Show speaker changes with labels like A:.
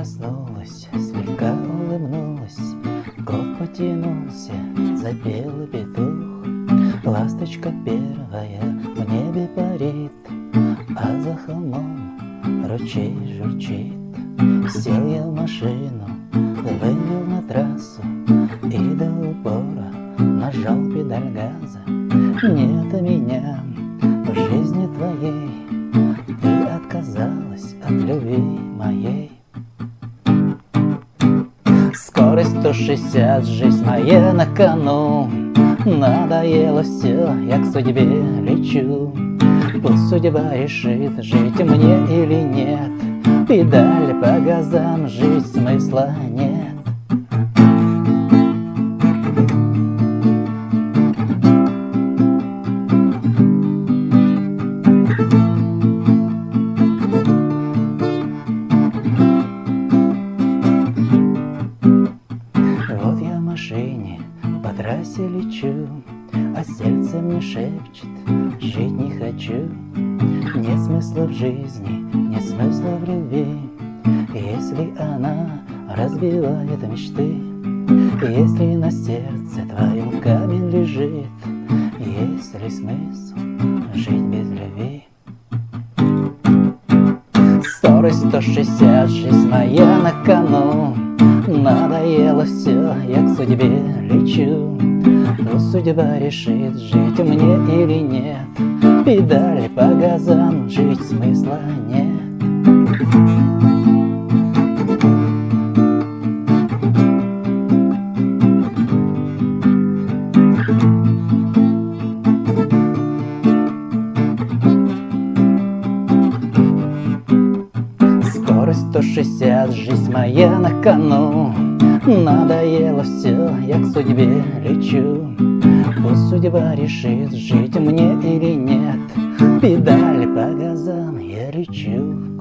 A: проснулась, слегка улыбнулась, кот потянулся, запел петух. Ласточка первая в небе парит, а за холмом ручей журчит. Сел я в машину, вывел на трассу и до упора нажал педаль газа. Нет меня в жизни твоей, ты отказалась от любви моей. Скорость 160, жизнь моя на кону. Надоело все, я к судьбе лечу. Пусть судьба решит, жить мне или нет. Педаль по газам, жить смысла нет. Вот я в машине по трассе лечу, а сердце мне шепчет: жить не хочу. Нет смысла в жизни, нет смысла в любви, если она разбивает мечты. Если на сердце твоем камень лежит, есть ли смысл жить без любви? Скорость 160, жизнь моя на кону. Надоело все, я к судьбе лечу. Пусть судьба решит, жить мне или нет. Педаль по газам, жить смысла нет. Скорость 160, жизнь моя на кону. Надоело все, я к судьбе лечу. Пусть судьба решит, жить мне или нет. Педаль по газам, я лечу.